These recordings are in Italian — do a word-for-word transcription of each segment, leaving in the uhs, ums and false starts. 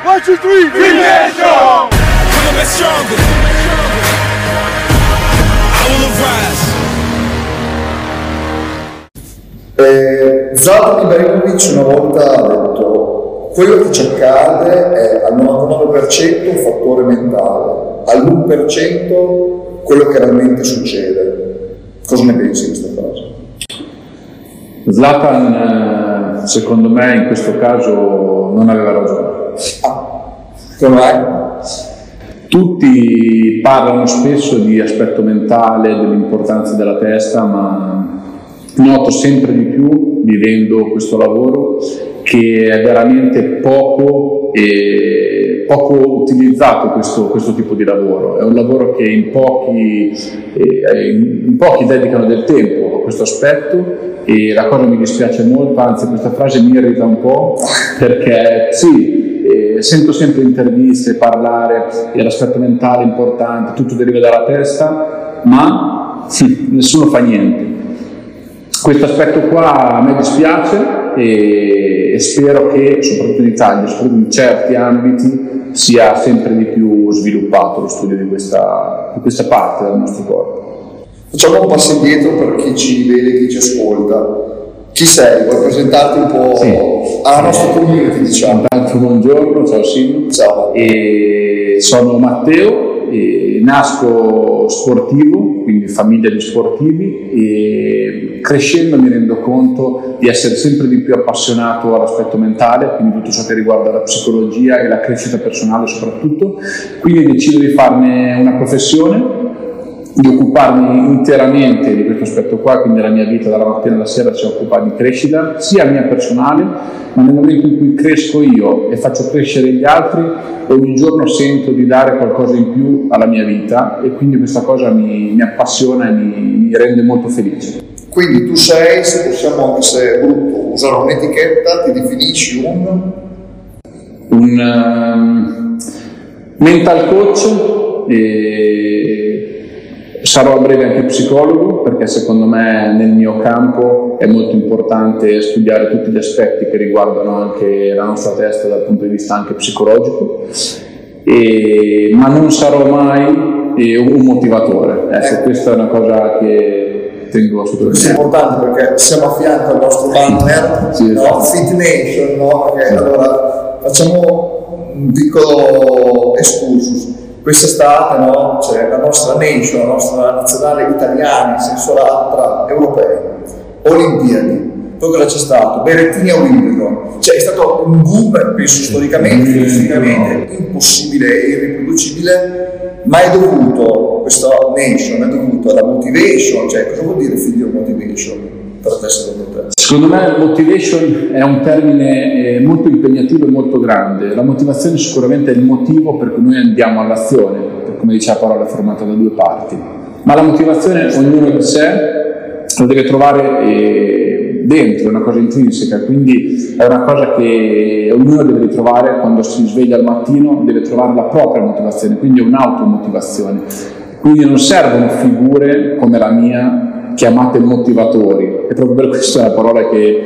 One, two, three, Team Nation! Coming back stronger. I will arise. Eh, Zlatan Ibrahimovic una volta ha detto: quello che ci accade è al novantanove per cento un fattore mentale, all'uno per cento quello che realmente succede. Cosa ne pensi di questa frase? Zlatan, secondo me, in questo caso non aveva ragione. Ah, come mai? Tutti parlano spesso di aspetto mentale, dell'importanza della testa, ma noto sempre di più, vivendo questo lavoro, che è veramente poco, e poco utilizzato questo, questo tipo di lavoro. È un lavoro che in pochi, eh, in pochi dedicano del tempo a questo aspetto, e la cosa mi dispiace molto, anzi questa frase mi irrita un po', perché sì, eh, sento sempre interviste, parlare dell'aspetto mentale importante, tutto deriva dalla testa, ma sì, nessuno fa niente. Questo aspetto qua a me dispiace e, e spero che soprattutto in Italia, soprattutto in certi ambiti, sia sempre di più sviluppato lo studio di questa, di questa parte del nostro corpo. Facciamo un passo indietro per chi ci vede, chi ci ascolta. Chi sei? Vuoi presentarti un po' sì. alla nostra community, diciamo? Intanto buongiorno, ciao Silvio. Ciao. E sono Matteo, e nasco sportivo, quindi famiglia di sportivi, e crescendo mi rendo conto di essere sempre di più appassionato all'aspetto mentale, quindi tutto ciò che riguarda la psicologia e la crescita personale soprattutto, quindi decido di farne una professione, di occuparmi interamente di questo aspetto qua, quindi la mia vita dalla mattina alla sera si occupa di crescita, sia mia personale, ma nel momento in cui cresco io e faccio crescere gli altri, ogni giorno sento di dare qualcosa in più alla mia vita, e quindi questa cosa mi, mi appassiona e mi, mi rende molto felice. Quindi tu sei, se possiamo, anche se è brutto usare un'etichetta, ti definisci un... Un um, mental coach, e sarò a breve anche psicologo, perché secondo me nel mio campo è molto importante studiare tutti gli aspetti che riguardano anche la nostra testa dal punto di vista anche psicologico, e, ma non sarò mai eh, un motivatore. Ecco, questa è una cosa che tengo a sottolineare. Questo è importante perché siamo a fianco al nostro partner, sì, no? Fit Nation, no? Perché, allora, facciamo un piccolo excursus. Quest'estate, no, c'è la nostra nation, la nostra nazionale italiana, in senso lato, tra europei, Olimpiadi. Poi cosa c'è stato? Berrettini a Wimbledon. Cioè è stato un boom, penso storicamente, fisicamente, impossibile e irriproducibile, ma è dovuto, questa nation è dovuto alla motivation. Cioè cosa vuol dire figlio motivation per te, secondo te? Secondo me motivation è un termine eh, molto impegnativo e molto grande. La motivazione sicuramente è il motivo per cui noi andiamo all'azione, come dice la parola, formata da due parti, ma la motivazione ognuno di sé lo deve trovare eh, dentro, è una cosa intrinseca, quindi è una cosa che ognuno deve ritrovare quando si sveglia al mattino, deve trovare la propria motivazione, quindi è un'automotivazione. Quindi non servono figure come la mia chiamate motivatori, e proprio per questo è una parola che,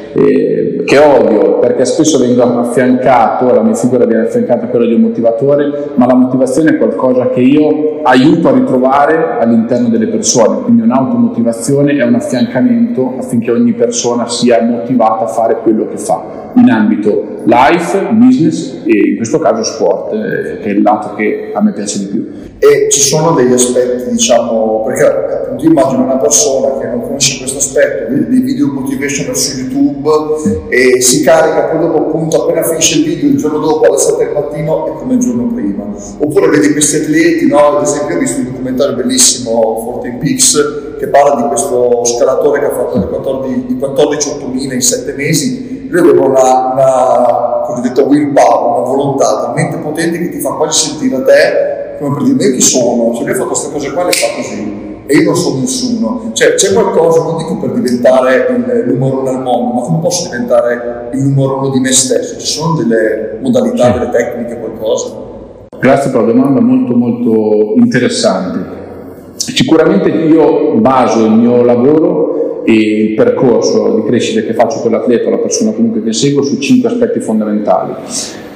eh, che odio, perché spesso vengo affiancato, la mia figura viene affiancata a quella di un motivatore, ma la motivazione è qualcosa che io aiuto a ritrovare all'interno delle persone, quindi un'automotivazione è un affiancamento affinché ogni persona sia motivata a fare quello che fa in ambito life, business e in questo caso sport, eh, che è il lato che a me piace di più. E ci sono degli aspetti, diciamo, perché appunto immagino una persona che non conosce questo aspetto, vede dei video motivational su YouTube e si carica, poi dopo appunto appena finisce il video il giorno dopo alle sette del mattino è come il giorno prima. Oppure vedi questi atleti, no? Ad esempio ho visto un documentario bellissimo, quattordici Peaks, che parla di questo scalatore che ha fatto i quattordici ottomila in sette mesi. Lui aveva una, una cosiddetta willpower, una volontà talmente potente che ti fa quasi sentire a te come per dire, io chi sono? Cioè, lui ha fatto queste cose qua, le fa così, e io non sono nessuno. Cioè, c'è qualcosa, non dico per diventare il numero uno nel mondo, ma come posso diventare il numero uno di me stesso? Ci sono delle modalità, delle tecniche, qualcosa? Grazie per la domanda, molto molto interessante. Sicuramente io baso il mio lavoro e il percorso di crescita che faccio con l'atleta o la persona comunque che seguo su cinque aspetti fondamentali.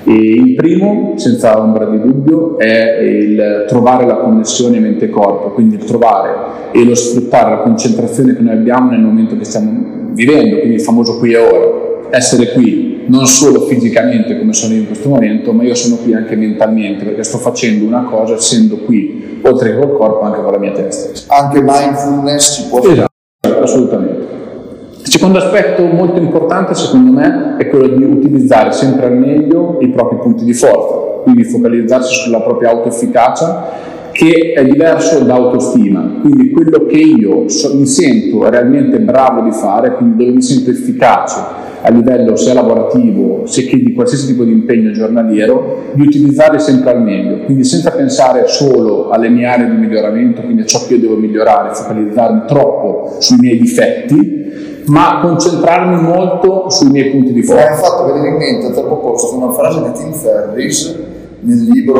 E il primo, senza ombra di dubbio, è il trovare la connessione mente-corpo, quindi il trovare e lo sfruttare la concentrazione che noi abbiamo nel momento che stiamo vivendo, quindi il famoso qui e ora, essere qui non solo fisicamente come sono io in questo momento, ma io sono qui anche mentalmente, perché sto facendo una cosa essendo qui, oltre che col corpo, anche con la mia testa. Anche mindfulness ci può... Esatto, assolutamente. Il secondo aspetto molto importante secondo me è quello di utilizzare sempre al meglio i propri punti di forza, quindi focalizzarsi sulla propria autoefficacia, che è diverso da autostima, quindi quello che io so, mi sento realmente bravo di fare, quindi dove mi sento efficace a livello sia lavorativo sia che di qualsiasi tipo di impegno giornaliero, di utilizzare sempre al meglio, quindi senza pensare solo alle mie aree di miglioramento, quindi a ciò che io devo migliorare, focalizzarmi troppo sui miei difetti, ma concentrarmi molto sui miei punti di forza. Mi ha fatto venire in mente a tal proposito una frase di Tim Ferriss nel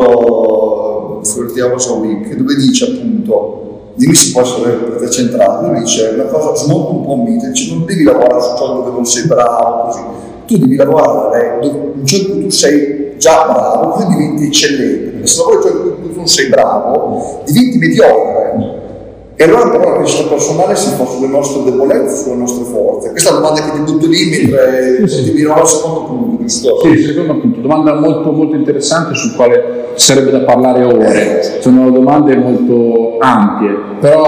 libro thirty hours a week, dove dice appunto, dimmi se può essere per te centrato, dove dice una cosa smonta un po' un mito, dice non devi lavorare su ciò dove non sei bravo, così, tu devi lavorare dove in ciò in cui tu sei già bravo, così diventi eccellente, perché se lavori in ciò in cui tu non sei bravo, diventi mediocre. E allora però la crescita personale si fa sulle nostre debolezze, sulle nostre forze. Questa è la domanda che ti butto lì mentre sì, sì. ti dirò al secondo punto, giusto? Sì, il secondo punto, domanda molto molto interessante sul quale sarebbe da parlare ore. Sono domande molto ampie, però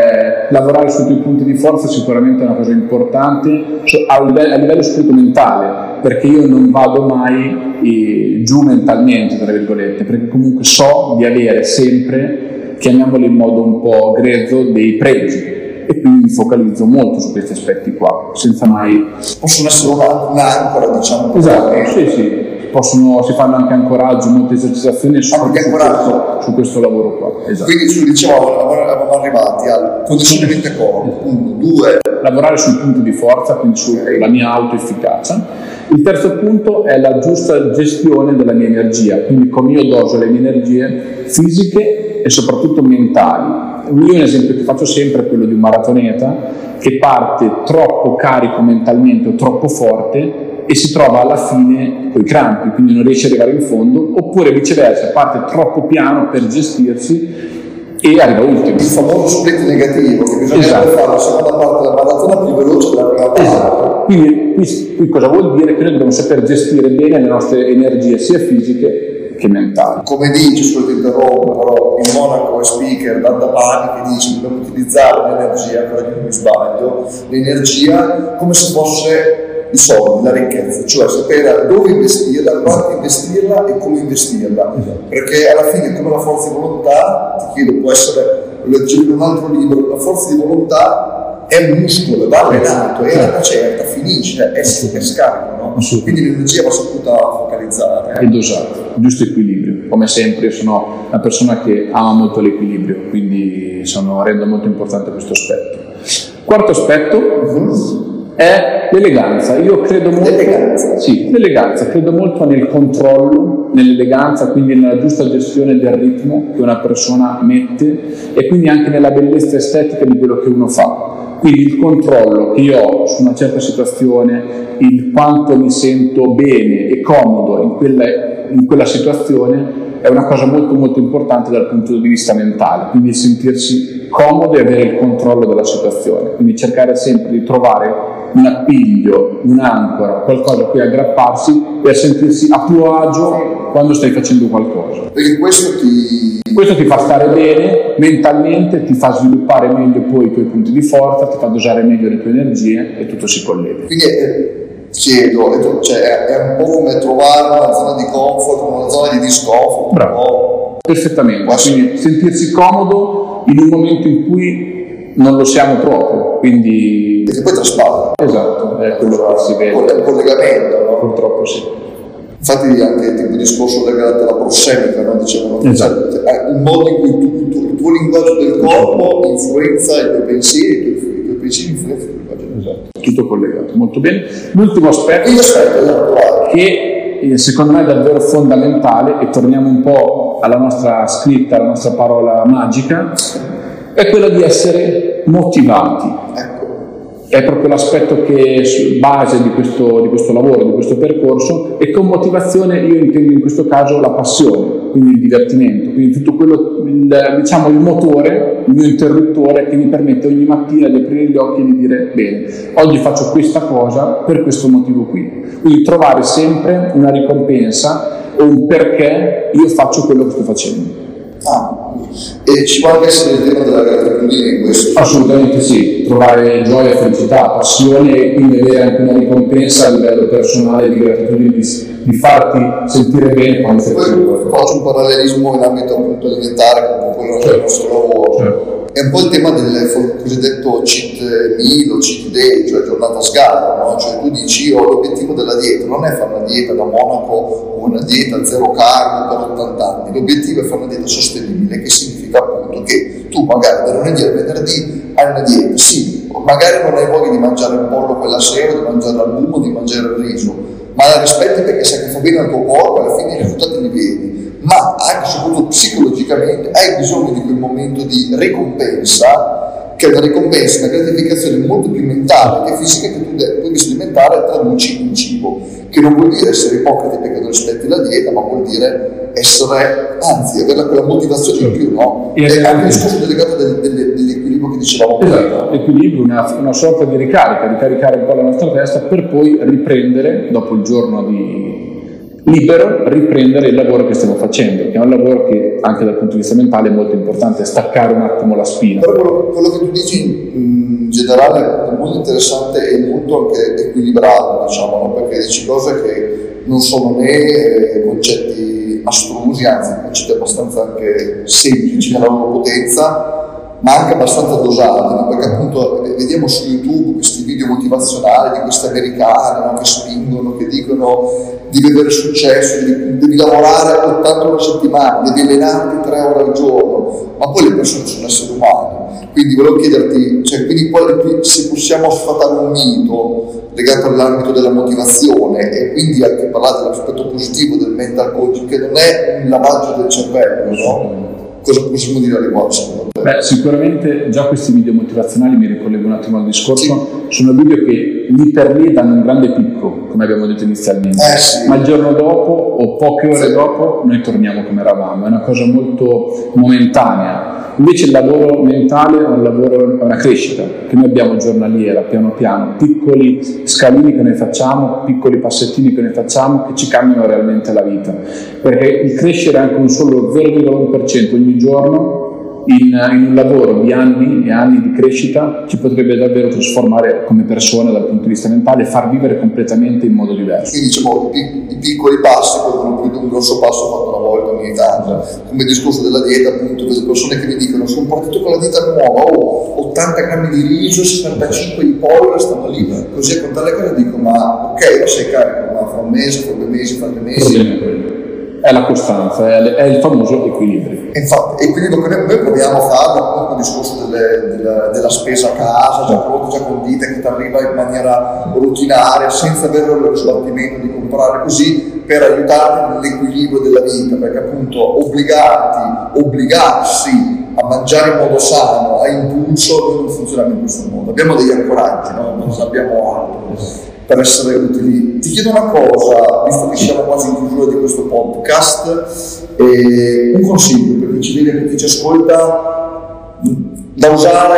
è, lavorare sui tuoi punti di forza sicuramente è una cosa importante, cioè a livello, a livello spirito mentale, perché io non vado mai eh, giù mentalmente, tra virgolette, perché comunque so di avere sempre, chiamiamoli in modo un po' grezzo, dei pregi, e quindi mi focalizzo molto su questi aspetti qua, senza mai... Possono essere un'ancora, diciamo. Esatto, sì, sì, possono, si fanno anche ancoraggi, molte esercitazioni su, anche su, questo, su questo lavoro qua. Esatto. Quindi su, diciamo, eravamo arrivati al condizionamento corpo, punto due. Lavorare sui punti di forza, quindi sulla mia autoefficacia. Il terzo punto è la giusta gestione della mia energia, quindi come io doso le mie energie fisiche e soprattutto mentali. Io un esempio che faccio sempre è quello di un maratoneta che parte troppo carico mentalmente o troppo forte e si trova alla fine coi crampi, quindi non riesce ad arrivare in fondo, oppure viceversa, parte troppo piano per gestirsi e arriva ultimo. Il famoso split negativo, che bisogna esatto. fare la seconda parte della maratona più veloce della prima parte. Esatto. Quindi qui, qui cosa vuol dire? Che noi dobbiamo saper gestire bene le nostre energie sia fisiche che mentali. Come dice, scusa ti interrompo, però il monaco e speaker Danda Pani che dice che dobbiamo utilizzare l'energia, per che non mi sbaglio, l'energia come se fosse i soldi, la ricchezza, cioè sapere dove investirla, quanto investirla e come investirla, esatto. Perché alla fine come la forza di volontà, ti chiedo, può essere, lo leggevo in un altro libro, la forza di volontà è un muscolo, va allenato e alla certa finisce, è, è scarico, no? Quindi l'energia va saputa focalizzare. Eh. E dosata, giusto equilibrio, come sempre io sono una persona che ama molto l'equilibrio, quindi sono, rendo molto importante questo aspetto. Quarto aspetto, uh-huh. è l'eleganza. Io credo molto, l'eleganza. Sì, l'eleganza, credo molto nel controllo, nell'eleganza, quindi nella giusta gestione del ritmo che una persona mette e quindi anche nella bellezza estetica di quello che uno fa. Quindi il controllo che io ho su una certa situazione, il quanto mi sento bene e comodo in quella, in quella situazione è una cosa molto molto importante dal punto di vista mentale, quindi sentirsi comodo e avere il controllo della situazione, quindi cercare sempre di trovare un appiglio, un'ancora, qualcosa a cui aggrapparsi per sentirsi a tuo agio quando stai facendo qualcosa. Perché questo ti... Questo ti fa stare bene mentalmente, ti fa sviluppare meglio poi i tuoi punti di forza, ti fa dosare meglio le tue energie e tutto si collega. Quindi eh, chiedo, cioè, è un po' come trovare una zona di comfort, una zona di discomfort. Bravo, perfettamente. Quindi sentirsi comodo in un momento in cui non lo siamo proprio, quindi... Perché poi traspalla. Esatto, è quello che si vede. È un collegamento, no? Purtroppo sì. Infatti anche il tipo di discorso legato alla prossemica, no? Dicevano, esatto. Cioè, il modo in cui tu, tu, il tuo linguaggio del corpo influenza i tuoi pensieri, i tuoi, i tuoi pensieri influenzano il linguaggio del corpo. Esatto, tutto collegato, molto bene. L'ultimo aspetto, aspetto che eh, secondo me è davvero fondamentale, e torniamo un po' alla nostra scritta, alla nostra parola magica, è quello di essere motivati. Ecco. è proprio l'aspetto che è base di questo, di questo lavoro, di questo percorso, e con motivazione io intendo in questo caso la passione, quindi il divertimento, quindi tutto quello, il, diciamo il motore, il mio interruttore che mi permette ogni mattina di aprire gli occhi e di dire bene, oggi faccio questa cosa per questo motivo qui, quindi trovare sempre una ricompensa o un perché io faccio quello che sto facendo. Ah, e ci può anche essere il tema della gratitudine in questo? Assolutamente sì, trovare gioia, felicità, passione e quindi avere anche una ricompensa a livello personale di gratitudine, di, di farti sentire bene quando sei facendo. Faccio un parallelismo in ambito appunto alimentare con quello che è il nostro lavoro. Certo. È un po' il tema del cosiddetto cheat meal o cheat day, cioè giornata sgarra, no? Cioè tu dici io l'obiettivo della dieta non è fare una dieta da monaco o una dieta zero carbo per ottanta anni, l'obiettivo è fare una dieta sostenibile, che significa appunto che tu magari da lunedì al venerdì hai una dieta, sì, magari non hai voglia di mangiare il pollo quella sera, di mangiare l'albumo, di mangiare il riso, ma la rispetti perché sai che fa bene al tuo corpo, alla fine i risultati li vedi. Ma anche soprattutto psicologicamente hai bisogno di quel momento di ricompensa, che è una ricompensa, una gratificazione molto più mentale che fisica, che tu de- puoi alimentare traduci in cibo, che non vuol dire essere ipocriti perché non rispetti la dieta, ma vuol dire essere, anzi, avere quella motivazione in più, no? E, e anche il discorso delegato del, del, dell'equilibrio che dicevamo prima. Esatto, equilibrio, una, una sorta di ricarica, di caricare un po' la nostra testa per poi riprendere, dopo il giorno di libero, riprendere il lavoro che stiamo facendo, che è un lavoro che anche dal punto di vista mentale è molto importante, staccare un attimo la spina. Però quello, quello che tu dici in generale è molto interessante e molto anche equilibrato, diciamo, no? Perché dici cose che non sono né concetti astrusi, anzi concetti abbastanza anche semplici nella loro potenza, ma anche abbastanza dosati, no? Perché appunto vediamo su YouTube questi video motivazionali di questi americani, no? Che spingono, che dicono devi avere successo, devi, devi lavorare ottanta ore a settimana, devi allenarti tre ore al giorno, ma poi le persone sono esseri umani. Quindi volevo chiederti, cioè, quindi poi, se possiamo sfatare un mito legato all'ambito della motivazione e quindi anche parlare dell'aspetto positivo del mental coaching, che non è un lavaggio del cervello, no? Cosa possiamo dire a riguardo secondo te? Beh, sicuramente già questi video motivazionali, mi ricollego un attimo al discorso, sì. Sono video che lì per lì danno un grande picco, come abbiamo detto inizialmente, eh, sì. Ma il giorno dopo o poche ore sì. dopo noi torniamo come eravamo, è una cosa molto momentanea. Invece il lavoro mentale è un lavoro, è una crescita che noi abbiamo giornaliera, piano piano, piccoli scalini che noi facciamo, piccoli passettini che noi facciamo che ci cambiano realmente la vita, perché il crescere anche un solo zero virgola uno per cento ogni giorno in, in un lavoro di anni e anni di crescita ci potrebbe davvero trasformare come persona dal punto di vista mentale e far vivere completamente in modo diverso. Quindi diciamo i, i piccoli passi portano più di un grosso passo fatto una volta ogni tanto. Come il discorso della dieta, appunto, delle persone che mi dicono sono partito con la dieta nuova, oh, ottanta grammi di riso, settantacinque di pollo, stanno lì così a contare le cose, dico ma ok, lo sei carico, ma fra un mese, fra due mesi, fra tre mesi. È la costanza, è il famoso equilibrio. Infatti, equilibrio che noi proviamo a fare, appunto, il discorso delle, della, della spesa a casa, già pronta, già condita, che ti arriva in maniera rutinaria, senza avere lo sbattimento di comprare così, per aiutarti nell'equilibrio della vita, perché appunto obbligarti, obbligarsi a mangiare in modo sano, a impulso, non funziona in questo modo. Abbiamo degli ancoraggi, no? Non abbiamo altro per essere utili. Ti chiedo una cosa, visto che siamo quasi in chiusura di questo podcast, eh, un consiglio per chi ci vede, per chi ci ascolta, da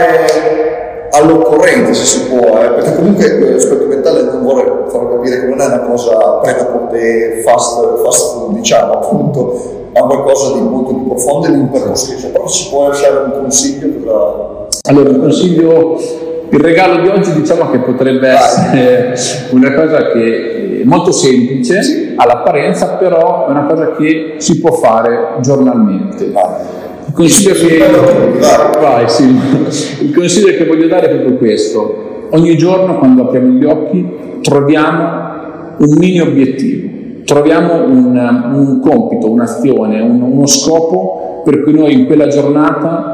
usare all'occorrente se si può, eh, perché comunque l'aspetto mentale non vorrei far capire che non è una cosa preda-porte fast, fast food, diciamo, appunto, ma qualcosa di molto più profondo e di un percorso che però si può lasciare un consiglio per... Allora, un consiglio. Il regalo di oggi diciamo che potrebbe essere una cosa che è molto semplice sì. all'apparenza, però è una cosa che si può fare giornalmente. Il consiglio, che... Vai, sì. Il consiglio che voglio dare è proprio questo. Ogni giorno quando apriamo gli occhi troviamo un mini obiettivo, troviamo un, un compito, un'azione, un, uno scopo per cui noi in quella giornata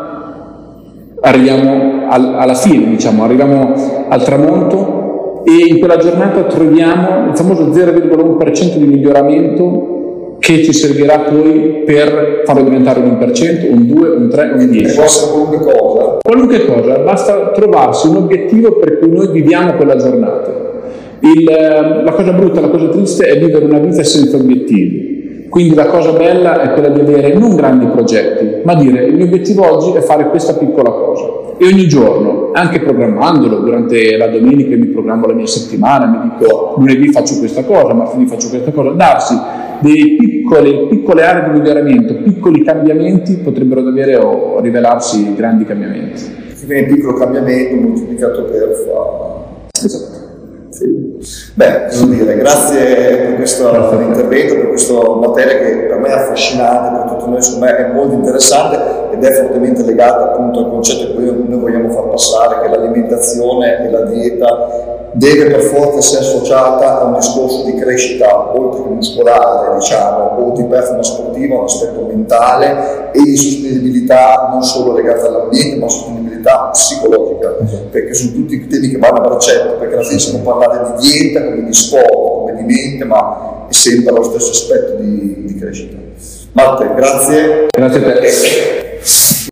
arriviamo al, alla fine, diciamo, arriviamo al tramonto e in quella giornata troviamo il famoso zero virgola uno per cento di miglioramento che ci servirà poi per farlo diventare un uno per cento, un due, un tre, un dieci. Può essere qualunque cosa. Qualunque cosa, basta trovarsi un obiettivo per cui noi viviamo quella giornata. Il, la cosa brutta, la cosa triste è vivere una vita senza obiettivi. Quindi la cosa bella è quella di avere non grandi progetti, ma dire il mio obiettivo oggi è fare questa piccola cosa. E ogni giorno, anche programmandolo, durante la domenica mi programmo la mia settimana, mi dico lunedì faccio questa cosa, martedì faccio questa cosa, darsi delle piccole, piccole aree di miglioramento, piccoli cambiamenti potrebbero davvero rivelarsi grandi cambiamenti. Che viene piccolo cambiamento moltiplicato per fa. Esatto. Beh, devo dire, grazie per questo per intervento, per questa materia che per me è affascinante, per tutti noi secondo me è molto interessante ed è fortemente legata appunto al concetto che noi vogliamo far passare, che l'alimentazione e la dieta deve per forza essere associata a un discorso di crescita, oltre che muscolare, diciamo, o di performance sportiva, un aspetto mentale e di sostenibilità non solo legata all'ambiente, ma sostenibilità psicologica, perché sono tutti temi che vanno a braccetto, perché alla fine stiamo parlando di dieta, come di sport, come di mente, ma è sempre lo stesso aspetto di, di crescita. Matte, grazie. Grazie a te.